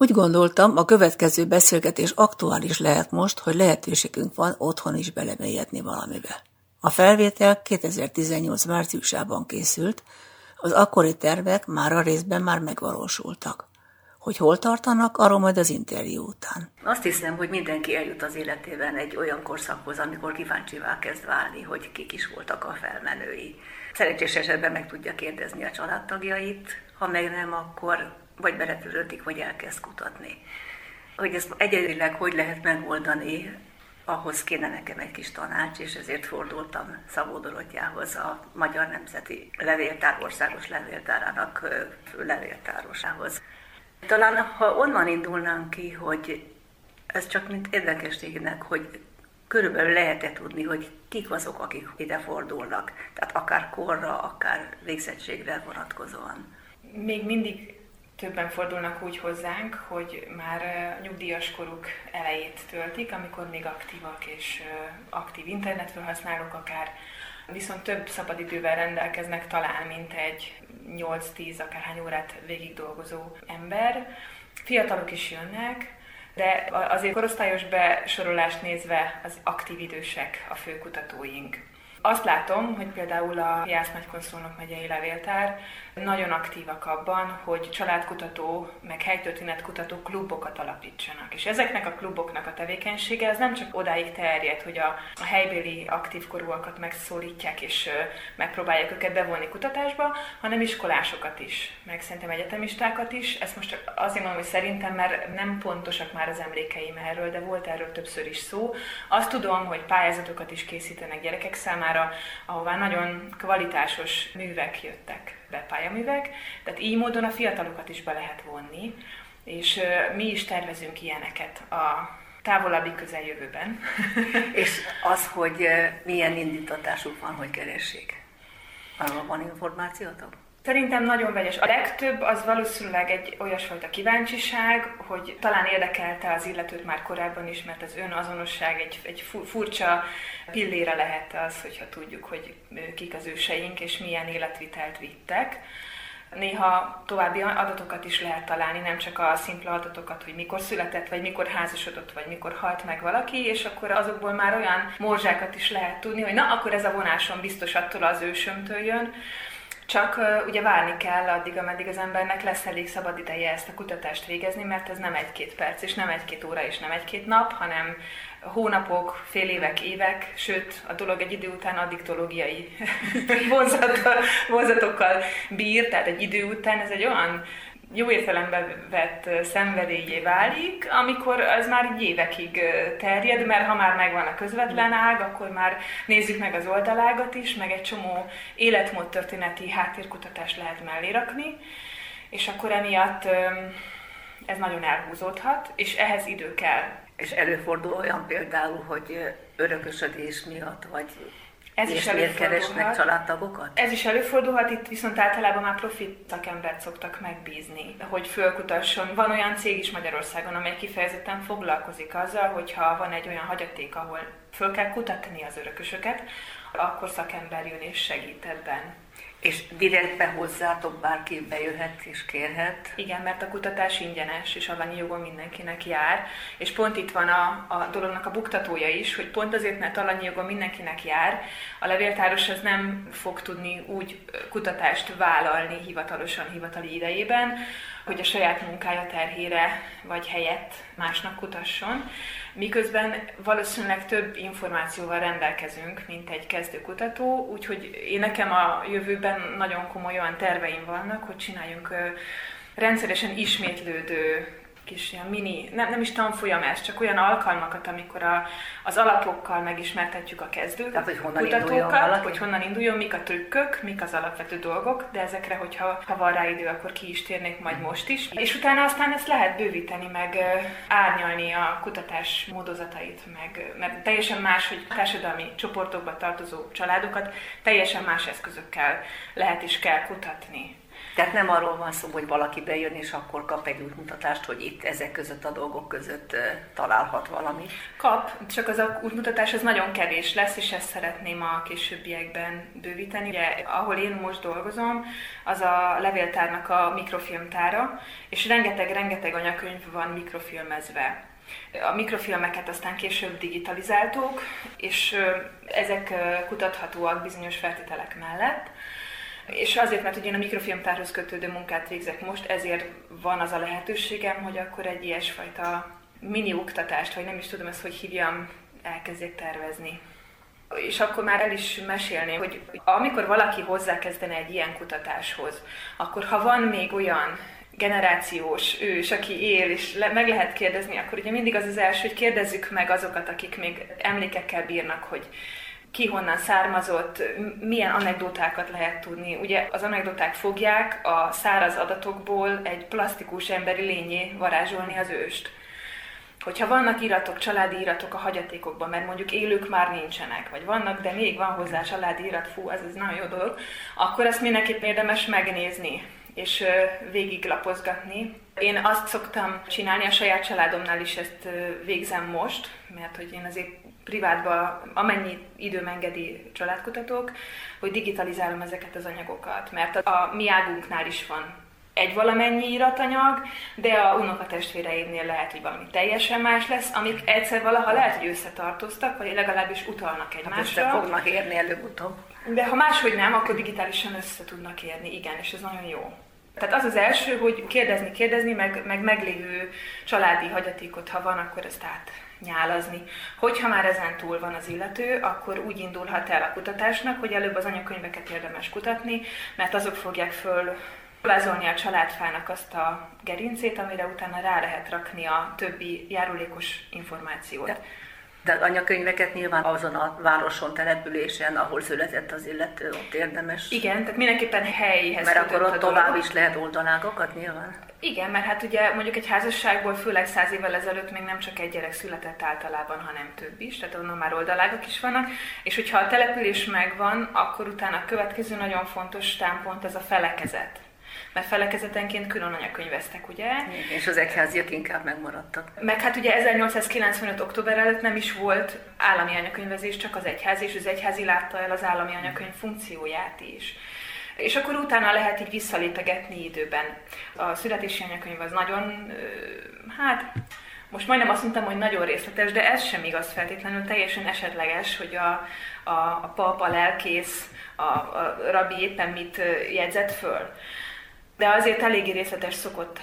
Úgy gondoltam, a következő beszélgetés aktuális lehet most, hogy lehetőségünk van otthon is belemélyedni valamibe. A felvétel 2018 márciusában készült, az akkori tervek már a részben már megvalósultak. Hogy hol tartanak, arról majd az interjú után. Azt hiszem, hogy mindenki eljut az életében egy olyan korszakhoz, amikor kíváncsivá kezd válni, hogy kik is voltak a felmenői. Szerencsés esetben meg tudja kérdezni a családtagjait, ha meg nem, akkor vagy beletörődik, vagy elkezd kutatni. Hogy ezt egyedileg hogy lehet megoldani, ahhoz kéne nekem egy kis tanács, és ezért fordultam Szabó Dorottyához, a Magyar Nemzeti Levéltár országos levéltárának levéltárosához. Talán, ha onnan indulnánk ki, hogy ez csak mint érdekességnek, hogy körülbelül lehet-e tudni, hogy kik azok, akik ide fordulnak, tehát akár korra, akár végzettségre vonatkozóan. Még mindig többen fordulnak úgy hozzánk, hogy már nyugdíjas koruk elejét töltik, amikor még aktívak és aktív internetfelhasználók akár, viszont több szabadidővel rendelkeznek talán, mint egy 8-10 akárhány órát végig dolgozó ember. Fiatalok is jönnek, de azért korosztályos besorolást nézve az aktív idősek a fő kutatóink. Azt látom, hogy például a Jász-Nagykonszolnok megyei levéltár nagyon aktívak abban, hogy családkutató, meg helytörténetkutató klubokat alapítsanak. És ezeknek a kluboknak a tevékenysége az nem csak odáig terjed, hogy a helybéli aktív korúakat megszólítják és megpróbálják őket bevonni kutatásba, hanem iskolásokat is, meg szerintem egyetemistákat is. Ezt most csak azért mondom, hogy szerintem, mert nem pontosak már az emlékeim erről, de volt erről többször is szó. Azt tudom, hogy pályázatokat is készítenek gyerekek számára, ahová nagyon kvalitásos művek jöttek be, pályaművek, tehát így módon a fiatalokat is be lehet vonni, és mi is tervezünk ilyeneket a távolabbi közeljövőben. És az, hogy milyen indítatásuk van, hogy keressék? Arról van információtok? Szerintem nagyon vegyes. A legtöbb az valószínűleg egy olyasfajta kíváncsiság, hogy talán érdekelte az illetőt már korábban is, mert az önazonosság egy furcsa pillére lehet az, hogyha tudjuk, hogy kik az őseink és milyen életvitelt vittek. Néha további adatokat is lehet találni, nem csak a szimpla adatokat, hogy mikor született, vagy mikor házasodott, vagy mikor halt meg valaki, és akkor azokból már olyan morzsákat is lehet tudni, hogy na, akkor ez a vonásom biztos attól az ősömtől jön. Csak ugye várni kell addig, ameddig az embernek lesz elég szabad ideje ezt a kutatást végezni, mert ez nem 1-2 perc, és nem 1-2 óra, és nem 1-2 nap, hanem hónapok, fél évek, évek, sőt, a dolog egy idő után addiktológiai vonzatokkal bír, tehát egy idő után ez egy olyan jó értelemben vett szenvedélyé válik, amikor az már így évekig terjed, mert ha már megvan a közvetlen ág, akkor már nézzük meg az oldalágat is, meg egy csomó életmódtörténeti háttérkutatást lehet mellé rakni, és akkor emiatt ez nagyon elhúzódhat, és ehhez idő kell. És előfordul olyan például, hogy örökösödés miatt, vagy ez is keresnek családtagokat? Ez is előfordulhat, itt viszont általában már profi szakembert szoktak megbízni, hogy fölkutasson. Van olyan cég is Magyarországon, amely kifejezetten foglalkozik azzal, hogyha van egy olyan hagyaték, ahol föl kell kutatni az örökösöket, akkor szakember jön és segít ebben. És direktbe hozzátok bárki bejöhet és kérhet? Igen, mert a kutatás ingyenes, és alanyi jogon mindenkinek jár. És pont itt van a dolognak a buktatója is, hogy pont azért, mert alanyi jogon mindenkinek jár, a levéltáros az nem fog tudni úgy kutatást vállalni hivatalosan, hivatali idejében, hogy a saját munkája terhére vagy helyett másnak kutasson. Miközben valószínűleg több információval rendelkezünk, mint egy kezdőkutató, úgyhogy nekem a jövőben nagyon komoly olyan terveim vannak, hogy csináljunk rendszeresen ismétlődő kis ilyen mini, nem is tanfolyam ez, csak olyan alkalmakat, amikor az alapokkal megismertetjük a kezdő tehát, hogy honnan induljon, mik a trükkök, mik az alapvető dolgok, de ezekre, hogyha van rá idő, akkor ki is térnék majd most is. És utána aztán ezt lehet bővíteni, meg árnyalni a kutatás módozatait, mert teljesen más, hogy társadalmi csoportokba tartozó családokat teljesen más eszközökkel lehet és kell kutatni. Tehát nem arról van szó, hogy valaki bejön és akkor kap egy útmutatást, hogy itt ezek között a dolgok között találhat valamit. Kap, csak az a útmutatás az nagyon kevés lesz, és ezt szeretném a későbbiekben bővíteni. Ugye, ahol én most dolgozom, az a levéltárnak a mikrofilmtára, és rengeteg anyakönyv van mikrofilmezve. A mikrofilmeket aztán később digitalizáltuk, és ezek kutathatóak bizonyos feltételek mellett. És azért, mert ugye én a mikrofilmtárhoz kötődő munkát végzek most, ezért van az a lehetőségem, hogy akkor egy ilyesfajta mini oktatást, vagy nem is tudom ezt, hogy hívjam, elkezdjek tervezni. És akkor már el is mesélném, hogy amikor valaki hozzákezdene egy ilyen kutatáshoz, akkor ha van még olyan generációs ős, aki él, és meg lehet kérdezni, akkor ugye mindig az első, hogy kérdezzük meg azokat, akik még emlékekkel bírnak, hogy ki honnan származott, milyen anekdotákat lehet tudni. Ugye az anekdoták fogják a száraz adatokból egy plastikus emberi lényé varázsolni az őst. Hogyha vannak iratok, családi iratok a hagyatékokban, mert mondjuk élők már nincsenek, vagy vannak, de még van hozzá családi irat, ez nagyon jó dolog, akkor ezt mindenképp érdemes megnézni és végiglapozgatni. Én azt szoktam csinálni, a saját családomnál is ezt végzem most, mert hogy én azért privátban amennyi időm engedi családkutatók, hogy digitalizálom ezeket az anyagokat, mert a mi águnknál is van egy valamennyi iratanyag, de a unokatestvéreimnél lehet, hogy valami teljesen más lesz, amik egyszer valaha lehet, hogy összetartoztak, vagy legalábbis utalnak egymásra. Össze fognak érni előbb-utóbb. De ha máshogy nem, akkor digitálisan össze tudnak érni, igen, és ez nagyon jó. Tehát az az első, hogy kérdezni, meg meglévő családi hagyatékot, ha van, akkor ezt átnyálazni. Hogyha már ezen túl van az illető, akkor úgy indulhat el a kutatásnak, hogy előbb az anyakönyveket érdemes kutatni, mert azok fogják fölvázolni a családfának azt a gerincét, amire utána rá lehet rakni a többi járulékos információt. De az anyakönyveket nyilván azon a városon, településen, ahol született az illető, ott érdemes. Igen, tehát mindenképpen helyhez. Mert akkor ott tovább is lehet oldalágokat nyilván. Igen, mert hát ugye mondjuk egy házasságból főleg 100 évvel ezelőtt még nem csak egy gyerek született általában, hanem több is, tehát onnan már oldalágok is vannak, és hogyha a település megvan, akkor utána a következő nagyon fontos támpont ez a felekezet. Mert felekezetenként külön anyakönyveztek, ugye? És az egyháziak inkább megmaradtak. Meg hát ugye 1895. október előtt nem is volt állami anyakönyvezés, csak az egyház, és az egyházi látta el az állami anyakönyv funkcióját is. És akkor utána lehet így visszalépegetni időben. A születési anyakönyv az nagyon, most majdnem azt mondtam, hogy nagyon részletes, de ez sem igaz feltétlenül, teljesen esetleges, hogy a pap, a lelkész, a rabbi éppen mit jegyzett föl. De azért eléggé részletes szokott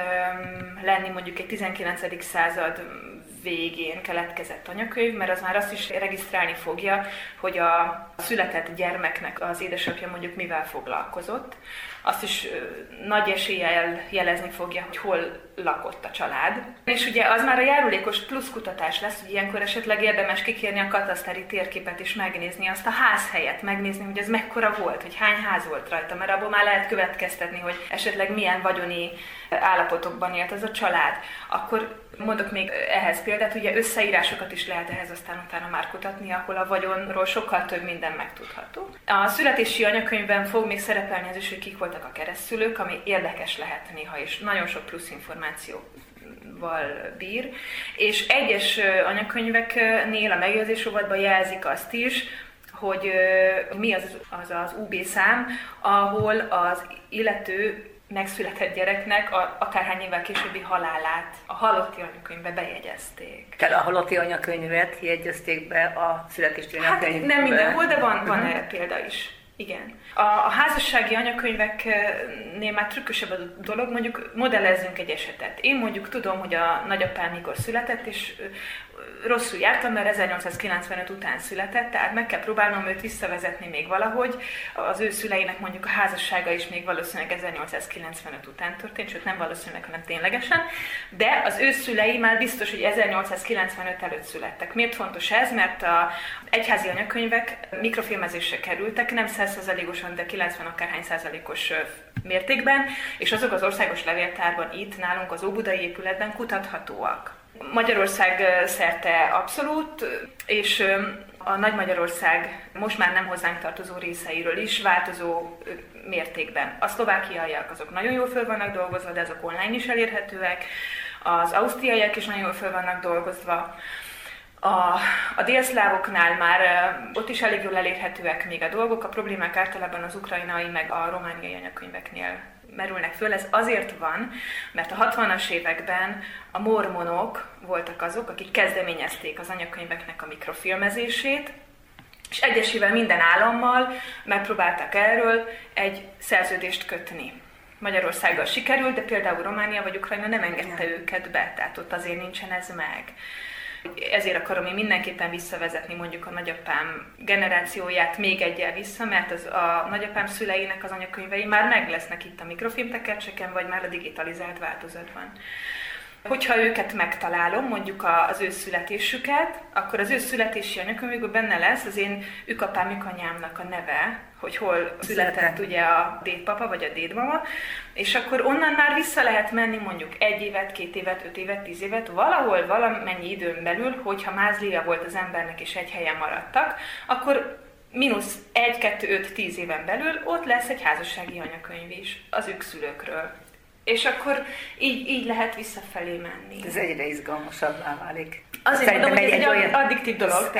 lenni mondjuk egy 19. század végén keletkezett anyakönyv, mert az már azt is regisztrálni fogja, hogy a született gyermeknek az édesapja mondjuk mivel foglalkozott. Azt is nagy eséllyel jelezni fogja, hogy hol lakott a család. És ugye az már a járulékos plusz kutatás lesz, hogy ilyenkor esetleg érdemes kikérni a kataszteri térképet és megnézni azt a házhelyet, megnézni, hogy ez mekkora volt, hogy hány ház volt rajta, mert abból már lehet következtetni, hogy esetleg milyen vagyoni állapotokban élt az a család. Akkor mondok még ehhez példát, ugye összeírásokat is lehet ehhez aztán utána már kutatni, ahol a vagyonról sokkal több minden megtudható. A születési anyakönyvben fog még szerepelni az is, hogy kik voltak a keresztszülők, ami érdekes lehet néha, és nagyon sok plusz információval bír. És egyes anyakönyveknél a megjegyzés rovatban jelzik azt is, hogy mi az UB szám, ahol az illető megszületett gyereknek akárhány évvel későbbi halálát a halotti anyakönyvbe bejegyezték. Tehát a halotti anyakönyvet jegyezték be a születési anyakönyvbe? Hát nem mindenhol, de van erre példa is. Igen. A házassági anyakönyveknél már trükkösebb a dolog, mondjuk modellezzünk egy esetet. Én mondjuk tudom, hogy a nagyapám mikor született, és rosszul jártam, mert 1895 után született, tehát meg kell próbálnom őt visszavezetni még valahogy. Az ő szüleinek mondjuk a házassága is még valószínűleg 1895 után történt, sőt nem valószínűleg, hanem ténylegesen, de az ő szülei már biztos, hogy 1895 előtt születtek. Miért fontos ez? Mert az egyházi anyakönyvek mikrofilmezésre kerültek, nem 100%-osan, de 90 akárhány százalékos mértékben, és azok az országos levéltárban itt nálunk az óbudai épületben kutathatóak. Magyarország szerte abszolút, és a Nagy Magyarország most már nem hozzánk tartozó részeiről is változó mértékben. A szlovákiaiak azok nagyon jól föl vannak dolgozva, de azok online is elérhetőek. Az ausztriaiak is nagyon jól föl vannak dolgozva. A délszlávoknál már ott is elég jól elérhetőek még a dolgok, a problémák általában az ukrajnai meg a romániai anyakönyveknél merülnek föl. Ez azért van, mert a 60-as években a mormonok voltak azok, akik kezdeményezték az anyakönyveknek a mikrofilmezését, és egyesével minden állammal megpróbáltak erről egy szerződést kötni. Magyarországgal sikerült, de például Románia vagy Ukrajna nem engedte őket be, tehát ott azért nincsen ez meg. Ezért akarom én mindenképpen visszavezetni mondjuk a nagyapám generációját még egyel vissza, mert a nagyapám szüleinek az anyakönyvei már meg lesznek itt a mikrofilmtekercseken, vagy már a digitalizált változatban. Hogyha őket megtalálom, mondjuk az ő születésüket, akkor az ő születési anyakönyvükben benne lesz az én ükapám, ükanyámnak a neve, hogy hol született ugye a dédpapa vagy a dédmama, és akkor onnan már vissza lehet menni mondjuk 1 évet, 2 évet, 5 évet, 10 évet, valahol valamennyi időn belül, hogyha mázlia volt az embernek és egy helyen maradtak, akkor mínusz 1, 2, 5, 10 éven belül ott lesz egy házassági anyakönyv is az ők szülőkről. És akkor így lehet visszafelé menni. Ez egyre izgalmasabbá válik. Azért mondom, hogy ez egy addiktív dolog.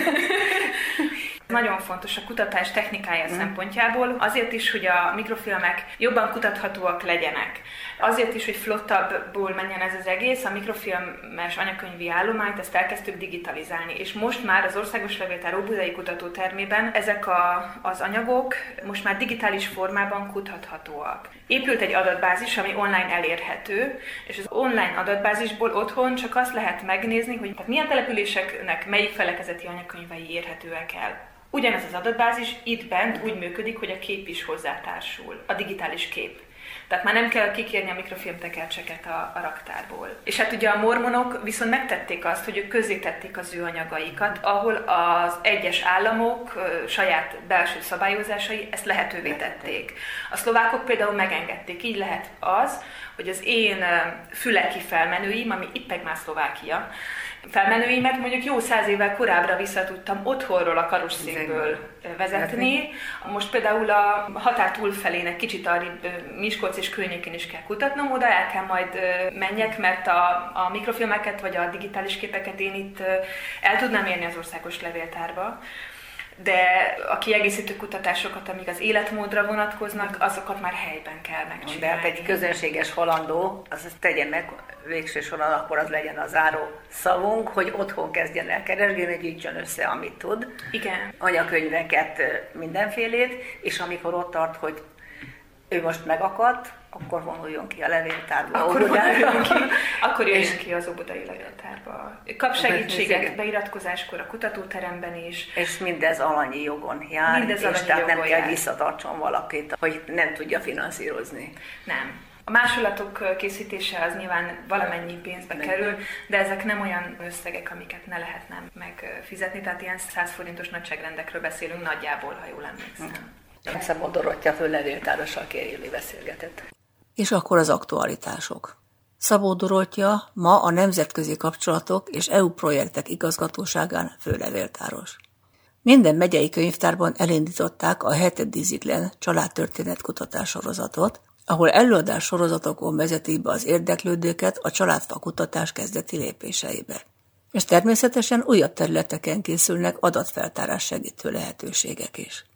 Nagyon fontos a kutatás technikája szempontjából, azért is, hogy a mikrofilmek jobban kutathatóak legyenek. Azért is, hogy flottabbul menjen ez az egész, a mikrofilmes anyakönyvi állományt, ezt elkezdtük digitalizálni. És most már az Országos Levéltár Óbudai Kutatótermében ezek az anyagok most már digitális formában kutathatóak. Épült egy adatbázis, ami online elérhető, és az online adatbázisból otthon csak azt lehet megnézni, hogy milyen településeknek melyik felekezeti anyakönyvei érhetőek el. Ugyanez az adatbázis itt bent úgy működik, hogy a kép is hozzátársul, a digitális kép. Tehát már nem kell kikérni a mikrofilmtekercseket a raktárból. És hát ugye a mormonok viszont megtették azt, hogy ők közzétették az ő anyagaikat, ahol az egyes államok saját belső szabályozásai ezt lehetővé tették. A szlovákok például megengedték, így lehet az, hogy az én füleki felmenőim, ami éppen már Szlovákia, felmenőimet mondjuk jó 100 évvel korábbra vissza tudtam otthonról a karosszékből vezetni. Most például a határ túlfelének kicsit arrébb Miskolc és környékén is kell kutatnom, oda el kell majd menjek, mert a mikrofilmeket vagy a digitális képeket én itt el tudnám érni az Országos Levéltárba. De a kiegészítő kutatásokat, amik az életmódra vonatkoznak, azokat már helyben kell megcsinálni. De hát egy közönséges halandó, az tegye meg végső soron, akkor az legyen a záró szavunk, hogy otthon kezdjen el keresgélni, gyűjtsön össze, amit tud. Igen. Anyakönyveket, mindenfélét, és amikor ott tart, hogy ő most megakadt, akkor vonuljon ki a levéltárba. Akkor jöjjön ki az óbudai levéltárba. Kap segítséget beiratkozáskor a kutatóteremben is. És mindez alanyi jogon jár, tehát nem kell visszatartson valakit, hogy nem tudja finanszírozni. Nem. A másolatok készítése az nyilván valamennyi pénzbe kerül, de ezek nem olyan összegek, amiket ne lehetne megfizetni, tehát ilyen 100 forintos nagyságrendekről beszélünk nagyjából, ha jól emlékszem. Szabó Dorottya főlevéltárossal Kérjéli beszélgetett. És akkor az aktualitások. Szabó Dorottya ma a Nemzetközi Kapcsolatok és EU projektek igazgatóságán főlevéltáros. Minden megyei könyvtárban elindították a 7. Diziglen családtörténetkutatás sorozatot, ahol előadás sorozatokon vezetik be az érdeklődőket a családfa kutatás kezdeti lépéseibe. És természetesen újabb területeken készülnek adatfeltárás segítő lehetőségek is.